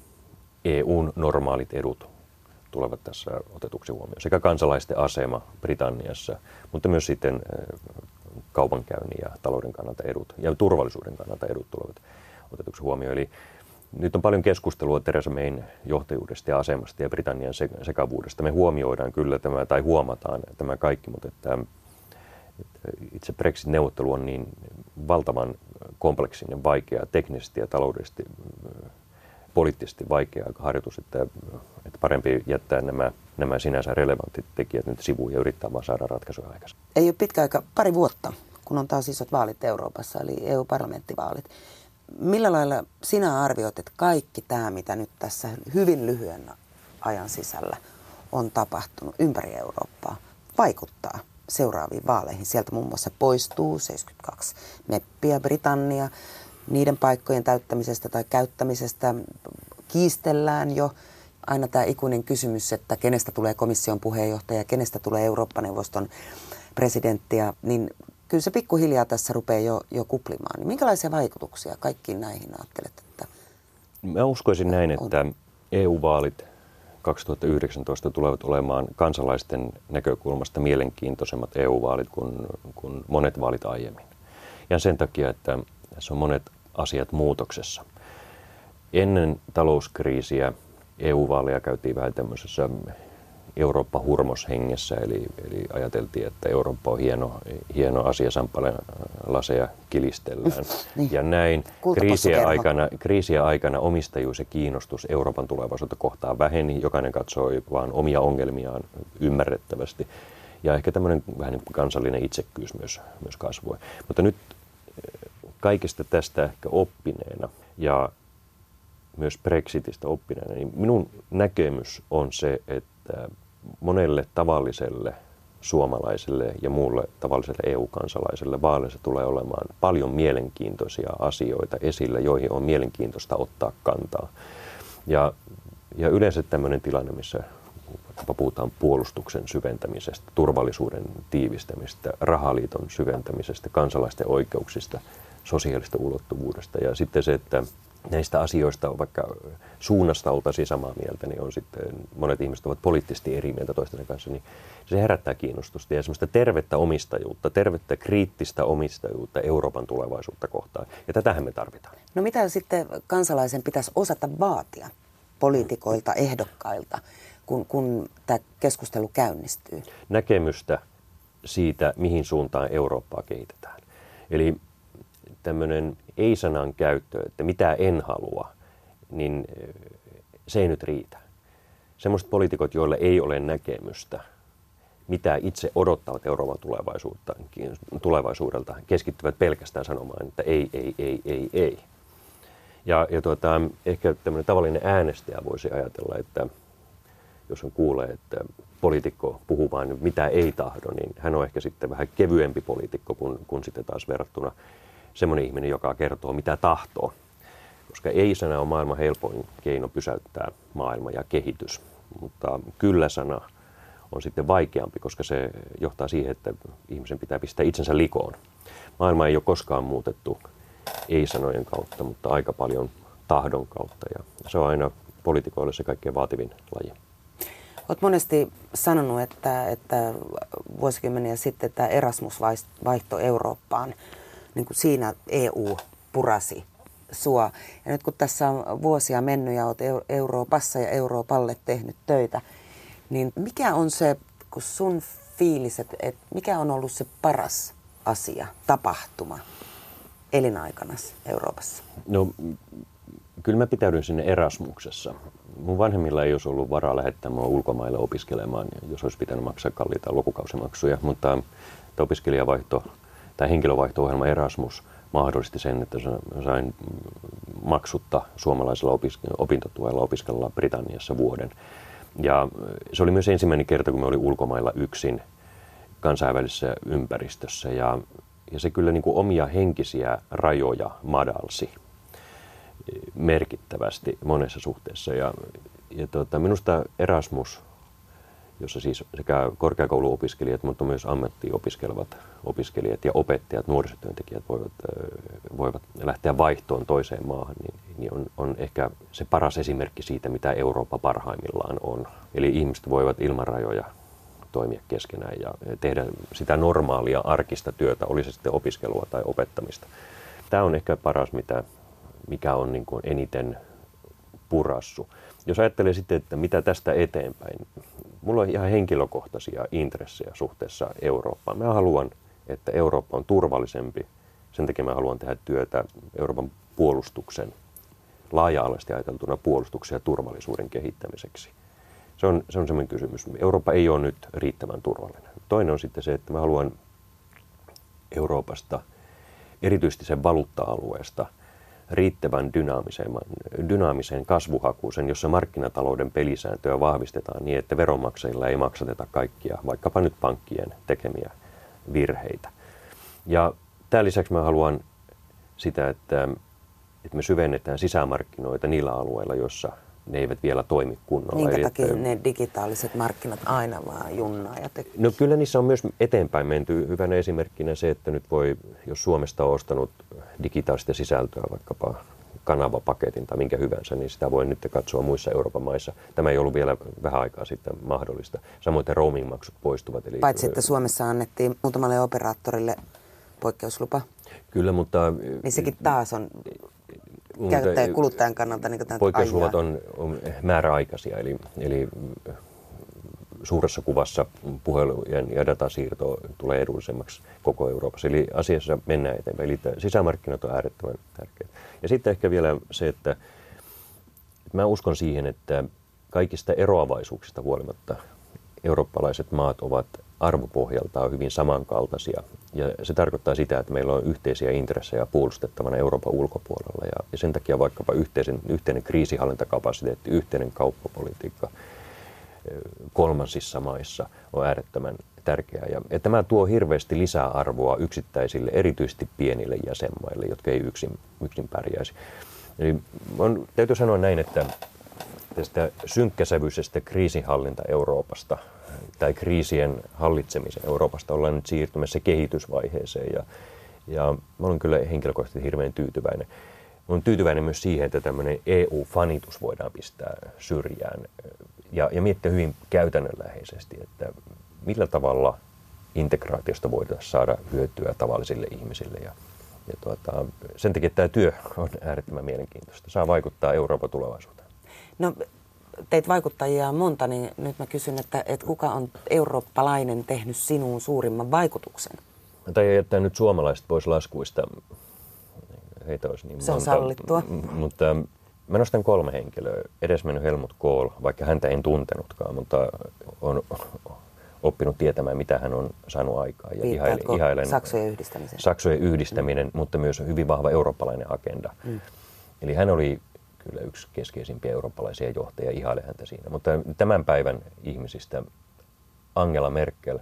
E U:n normaalit edut tulevat tässä otetuksi huomioon. Sekä kansalaisten asema Britanniassa, mutta myös sitten kaupankäynnin ja talouden kannalta edut ja turvallisuuden kannalta edut tulevat otetuksi huomioon. Eli nyt on paljon keskustelua Theresa Mayn johtajuudesta ja asemasta ja Britannian sekavuudesta. Me huomioidaan kyllä tämä, tai huomataan tämä kaikki, mutta että itse Brexit-neuvottelu on niin valtavan kompleksinen, vaikea, teknisesti ja taloudellisesti, poliittisesti vaikea harjoitus, että, että parempi jättää nämä, nämä sinänsä relevantit tekijät nyt sivuun ja yrittää vaan saada ratkaisuja aikaisemmin. Ei ole pitkä aika, pari vuotta, kun on taas isot vaalit Euroopassa, eli E U-parlamenttivaalit. Millä lailla sinä arvioit, että kaikki tämä, mitä nyt tässä hyvin lyhyen ajan sisällä on tapahtunut ympäri Eurooppaa, vaikuttaa seuraaviin vaaleihin? Sieltä muun muassa poistuu seitsemänkymmentäkaksi meppiä, Britannia, niiden paikkojen täyttämisestä tai käyttämisestä kiistellään jo. Aina tämä ikuinen kysymys, että kenestä tulee komission puheenjohtaja, kenestä tulee Eurooppa-neuvoston presidenttiä, niin kyllä se pikkuhiljaa tässä rupeaa jo, jo kuplimaan. Niin minkälaisia vaikutuksia kaikkiin näihin ajattelet? Että Mä uskoisin näin, että E U-vaalit kaksituhattayhdeksäntoista tulevat olemaan kansalaisten näkökulmasta mielenkiintoisemmat E U-vaalit kuin, kuin monet vaalit aiemmin. Ja sen takia, että tässä on monet asiat muutoksessa. Ennen talouskriisiä E U-vaaleja käytiin vähän tämmöisessä Eurooppa-hurmoshengessä, eli, eli ajateltiin, että Eurooppa on hieno, hieno asia, sampalaseja kilistellään. niin. Ja näin kriisiä aikana, kriisiä aikana omistajuus ja kiinnostus Euroopan tulevaisuutta kohtaan väheni. Jokainen katsoi vaan omia ongelmiaan ymmärrettävästi. Ja ehkä tämmöinen vähän niin kuin kansallinen itsekkyys myös, myös kasvoi. Mutta nyt kaikesta tästä ehkä oppineena ja myös Brexitistä oppineena, niin minun näkemys on se, että monelle tavalliselle suomalaiselle ja muulle tavalliselle E U-kansalaiselle vaaleissa tulee olemaan paljon mielenkiintoisia asioita esillä, joihin on mielenkiintoista ottaa kantaa. Ja, ja yleensä tämmöinen tilanne, missä puhutaan puolustuksen syventämisestä, turvallisuuden tiivistämisestä, rahaliiton syventämisestä, kansalaisten oikeuksista, sosiaalista ulottuvuudesta ja sitten se, että näistä asioista, vaikka suunnasta oltaisiin samaa mieltä, niin on sitten, monet ihmiset ovat poliittisesti eri mieltä toistensa kanssa, niin se herättää kiinnostusta ja semmoista tervettä omistajuutta, tervettä kriittistä omistajuutta Euroopan tulevaisuutta kohtaan. Ja tätähän me tarvitaan. No mitä sitten kansalaisen pitäisi osata vaatia poliitikoilta, ehdokkailta, kun, kun tämä keskustelu käynnistyy? Näkemystä siitä, mihin suuntaan Eurooppaa kehitetään. Eli tämmöinen ei-sanan käyttö, että mitä en halua, niin se ei nyt riitä. Semmoiset poliitikot, joilla ei ole näkemystä, mitä itse odottavat Euroopan tulevaisuudelta, keskittyvät pelkästään sanomaan, että ei, ei, ei, ei, ei. Ja, ja tuota, ehkä tämmöinen tavallinen äänestäjä voisi ajatella, että jos hän kuulee, että poliitikko puhuu vain mitä ei tahdo, niin hän on ehkä sitten vähän kevyempi poliitikko kuin, kuin sitten taas verrattuna semmoinen ihminen, joka kertoo mitä tahtoo. Koska ei-sana on maailman helpoin keino pysäyttää maailma ja kehitys, mutta kyllä-sana on sitten vaikeampi, koska se johtaa siihen, että ihmisen pitää pistää itsensä likoon. Maailma ei ole koskaan muutettu ei-sanojen kautta, mutta aika paljon tahdon kautta ja se on aina poliitikoille se kaikkein vaativin laji. Olet monesti sanonut, että, että vuosikymmeniä sitten tämä Erasmus vaihto Eurooppaan, niin kuin siinä E U purasi sua. Ja nyt kun tässä on vuosia mennyt ja olet Euroopassa ja Euroopalle tehnyt töitä, niin mikä on se, kun sun fiilis, että, että mikä on ollut se paras asia, tapahtuma elinaikanasi Euroopassa? No kyllä mä pitäydyn sinne Erasmuksessa. Mun vanhemmilla ei olisi ollut varaa lähettää mua ulkomaille opiskelemaan, jos olisi pitänyt maksaa kalliita lukukausimaksuja, mutta opiskelijavaihto tai henkilövaihto-ohjelma Erasmus mahdollisti sen, että sain maksutta suomalaisella opintotuella opiskella Britanniassa vuoden. Ja se oli myös ensimmäinen kerta, kun me olin ulkomailla yksin kansainvälisessä ympäristössä ja, ja se kyllä niin kuin omia henkisiä rajoja madalsi merkittävästi monessa suhteessa. Ja, ja tuota, minusta Erasmus, jossa siis sekä korkeakouluopiskelijat, mutta myös ammattiin opiskelevat opiskelijat ja opettajat, nuorisotyöntekijät voivat, voivat lähteä vaihtoon toiseen maahan, niin, niin on, on ehkä se paras esimerkki siitä, mitä Eurooppa parhaimmillaan on. Eli ihmiset voivat ilman rajoja toimia keskenään ja tehdä sitä normaalia arkista työtä, oli se sitten opiskelua tai opettamista. Tämä on ehkä paras, mitä, mikä on niin kuin eniten purassu. Jos ajattelee sitten, että mitä tästä eteenpäin, mulla on ihan henkilökohtaisia intressejä suhteessa Eurooppaan. Mä haluan, että Eurooppa on turvallisempi. Sen takia mä haluan tehdä työtä Euroopan puolustuksen, laaja-alaisesti ajateltuna puolustuksen ja turvallisuuden kehittämiseksi. Se on, se on semmoinen kysymys. Eurooppa ei ole nyt riittävän turvallinen. Toinen on sitten se, että mä haluan Euroopasta, erityisesti sen valuutta-alueesta, riittävän dynaamiseen, dynaamiseen kasvuhakuisen, jossa markkinatalouden pelisääntöä vahvistetaan niin, että veronmaksajilla ei maksateta kaikkia, vaikkapa nyt pankkien tekemiä virheitä. Ja tämän lisäksi mä haluan sitä, että, että me syvennetään sisämarkkinoita niillä alueilla, joissa ne eivät vielä toimi kunnolla. Minkä Eli takia että, ne digitaaliset markkinat aina vaan junnaa ja tekee? No kyllä niissä on myös eteenpäin menty. Hyvänä esimerkkinä se, että nyt voi, jos Suomesta on ostanut digitaalista sisältöä, vaikkapa kanavapaketin tai minkä hyvänsä, niin sitä voi nyt katsoa muissa Euroopan maissa. Tämä ei ollut vielä vähän aikaa sitten mahdollista. Samoin roaming-maksut poistuvat. Eli paitsi että Suomessa annettiin muutamalle operaattorille poikkeuslupa. Kyllä, mutta niin sekin taas on käyttäjä kuluttajan kannalta niin poikkeusluvat on, on määräaikaisia, eli, eli suuressa kuvassa puhelujen ja datasiirto tulee edullisemmaksi koko Euroopassa. Eli asiassa mennään eteenpäin. Eli sisämarkkinat on äärettömän tärkeät. Ja sitten ehkä vielä se, että, että mä uskon siihen, että kaikista eroavaisuuksista huolimatta eurooppalaiset maat ovat arvopohjaltaan hyvin samankaltaisia. Ja se tarkoittaa sitä, että meillä on yhteisiä intressejä puolustettavana Euroopan ulkopuolella. Ja, ja sen takia vaikkapa yhteisen, yhteinen kriisinhallintakapasiteetti, yhteinen kauppapolitiikka kolmansissa maissa on äärettömän tärkeää. Ja, ja tämä tuo hirveästi lisäarvoa yksittäisille, erityisesti pienille jäsenmaille, jotka ei yksin, yksin pärjäisi. Eli on, täytyy sanoa näin, että tästä synkkäsävyisestä kriisinhallinta Euroopasta tai kriisien hallitsemisen Euroopasta ollaan nyt siirtymässä kehitysvaiheeseen ja, ja mä olen kyllä henkilökohtaisesti hirveän tyytyväinen. olen tyytyväinen myös siihen, että tämmöinen E U-fanitus voidaan pistää syrjään ja, ja miettiä hyvin käytännönläheisesti, että millä tavalla integraatiosta voidaan saada hyötyä tavallisille ihmisille. Ja, ja tuota, sen takia tämä työ on äärettömän mielenkiintoista. Saa vaikuttaa Euroopan tulevaisuuteen. No, teit vaikuttajia on monta, niin nyt mä kysyn, että, että kuka on eurooppalainen tehnyt sinuun suurimman vaikutuksen? Mä taidan jättää nyt suomalaiset pois laskuista. Heitä olisi niin Se on monta, sallittua. M- mutta mä nostan kolme henkilöä. Edesmennyt Helmut Kohl, vaikka häntä en tuntenutkaan, mutta on oppinut tietämään, mitä hän on saanut aikaan. Ja Viittaatko ihailen Saksojen yhdistämisen? Saksojen yhdistäminen, mm. mutta myös hyvin vahva eurooppalainen agenda. Mm. Eli hän oli kyllä yksi keskeisimpiä eurooppalaisia johtajia, ihailen häntä siinä. Mutta tämän päivän ihmisistä Angela Merkel,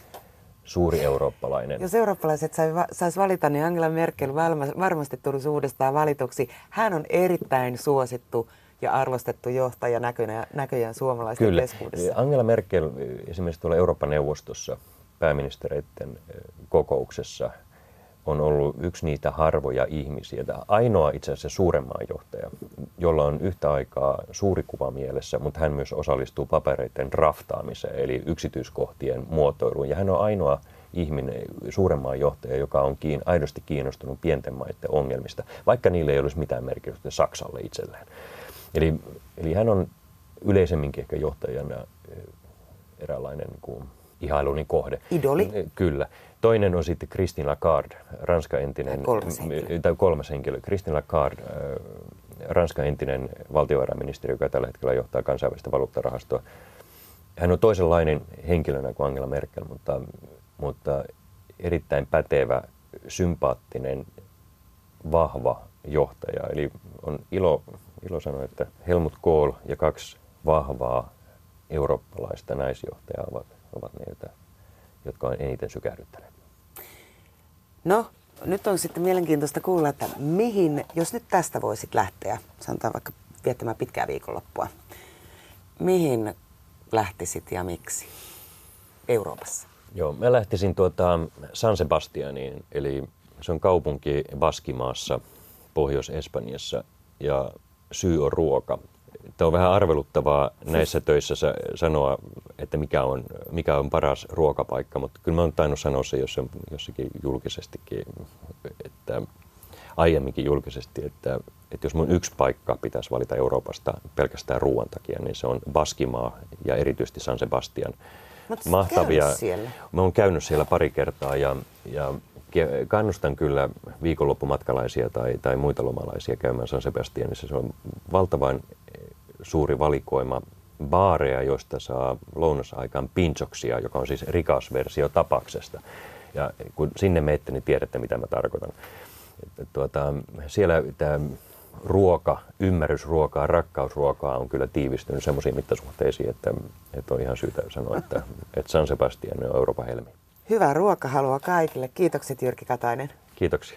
suuri eurooppalainen. Jos eurooppalaiset sais valita, niin Angela Merkel varmasti tulisi uudestaan valituksi. Hän on erittäin suosittu ja arvostettu johtaja näköjään, näköjään suomalaisten Kyllä. keskuudessa. Angela Merkel esimerkiksi tuolla Euroopan neuvostossa pääministereiden kokouksessa on ollut yksi niitä harvoja ihmisiä, ainoa itse asiassa suuremman johtaja, jolla on yhtä aikaa suuri kuva mielessä, mutta hän myös osallistuu papereiden draftaamiseen, eli yksityiskohtien muotoiluun. Ja hän on ainoa ihminen, suuremman johtaja, joka on kiin, aidosti kiinnostunut pienten maiden ongelmista, vaikka niille ei olisi mitään merkitystä Saksalle itselleen. Eli, eli hän on yleisemminkin ehkä johtajana eräänlainen niin kuin ihailuni kohde. Idoli. Kyllä. Toinen on sitten Christine Lagarde, Ranskan entinen, kolmas henkilö. Tai kolmas henkilö. Christine Lagarde, Ranskan entinen valtiovarainministeri, joka tällä hetkellä johtaa kansainvälistä valuuttarahastoa. Hän on toisenlainen henkilönä kuin Angela Merkel, mutta, mutta erittäin pätevä, sympaattinen, vahva johtaja. Eli on ilo, ilo sanoa, että Helmut Kohl ja kaksi vahvaa eurooppalaista naisjohtajaa ovat, ovat ne, jotka on eniten sykähdyttäneet. No, nyt on sitten mielenkiintoista kuulla, että mihin, jos nyt tästä voisit lähteä, sanotaan vaikka viettämään pitkää viikonloppua, mihin lähtisit ja miksi Euroopassa? Joo, mä lähtisin tuota San Sebastianiin, eli se on kaupunki Baskimaassa, Pohjois-Espanjassa, ja syy on ruoka. Tämä on vähän arveluttavaa näissä töissä sanoa, että mikä on, mikä on paras ruokapaikka, mutta kyllä mä oon tainnut sanoa se jossakin julkisestikin, että aiemminkin julkisesti, että, että jos mun yksi paikka pitäisi valita Euroopasta pelkästään ruoan takia, niin se on Baskimaa ja erityisesti San Sebastian. Mahtavia. Siellä? Mä oon käynyt siellä pari kertaa ja, ja kannustan kyllä viikonloppumatkalaisia tai, tai muita lomalaisia käymään San Sebastianissa. Se on valtavan suuri valikoima baareja, joista saa lounasaikaan pinchoksia, joka on siis rikas versio tapaksesta. Ja kun sinne menette, niin tiedätte, mitä mä tarkoitan. Että tuota, siellä tämä ruoka, ymmärrys ruokaa, rakkaus ruokaa on kyllä tiivistynyt semmoisiin mittasuhteisiin, että, että on ihan syytä sanoa, että, että San Sebastian on Euroopan helmi. Hyvää ruokahalua kaikille. Kiitokset Jyrki Katainen. Kiitoksia.